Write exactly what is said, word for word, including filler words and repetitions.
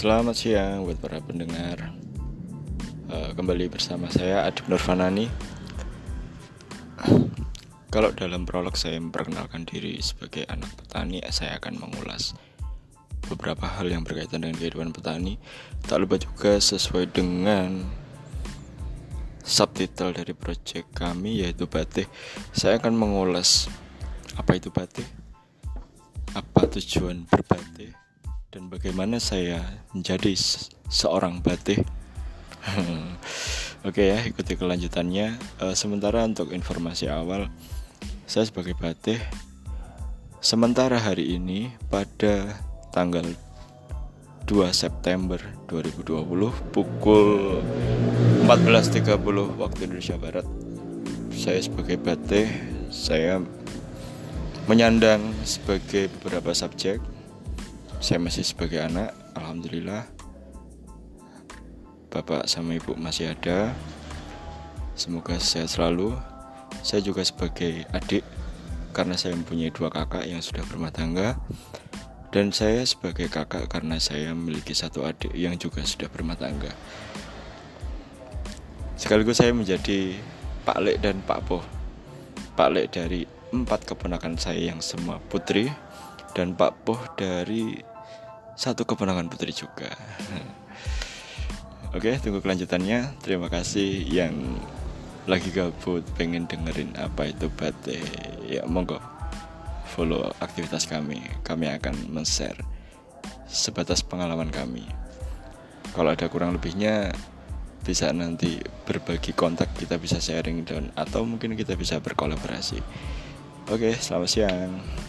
Selamat siang buat para pendengar. uh, Kembali bersama saya Adib Nurfanani. Kalau dalam prolog saya memperkenalkan diri sebagai anak petani, saya akan mengulas beberapa hal yang berkaitan dengan kehidupan petani. Tak lupa juga sesuai dengan subtitle dari proyek kami, yaitu Batik, saya akan mengulas apa itu batik, apa tujuan berbatik, dan bagaimana saya menjadi seorang batik. Oke ya, ikuti kelanjutannya. e, Sementara untuk informasi awal, saya sebagai batik, sementara hari ini pada tanggal dua September dua ribu dua puluh pukul empat belas tiga puluh waktu Indonesia Barat, saya sebagai batik, saya menyandang sebagai beberapa subjek. Saya masih sebagai anak, alhamdulillah. Bapak sama ibu masih ada, semoga sehat selalu. Saya juga sebagai adik, karena saya mempunyai dua kakak yang sudah berumah tangga. Dan saya sebagai kakak karena saya memiliki satu adik yang juga sudah berumah tangga. Sekaligus saya menjadi Pak Lek dan Pak Poh. Pak Lek dari empat keponakan saya yang semua putri, dan Pak Poh dari satu keponakan putri juga. Oke, tunggu kelanjutannya. Terima kasih yang lagi gabut pengen dengerin apa itu batik. Ya monggo follow aktivitas kami. Kami akan men-share sebatas pengalaman kami. Kalau ada kurang lebihnya, bisa nanti berbagi kontak, kita bisa sharing dan atau mungkin kita bisa berkolaborasi. Oke, selamat siang.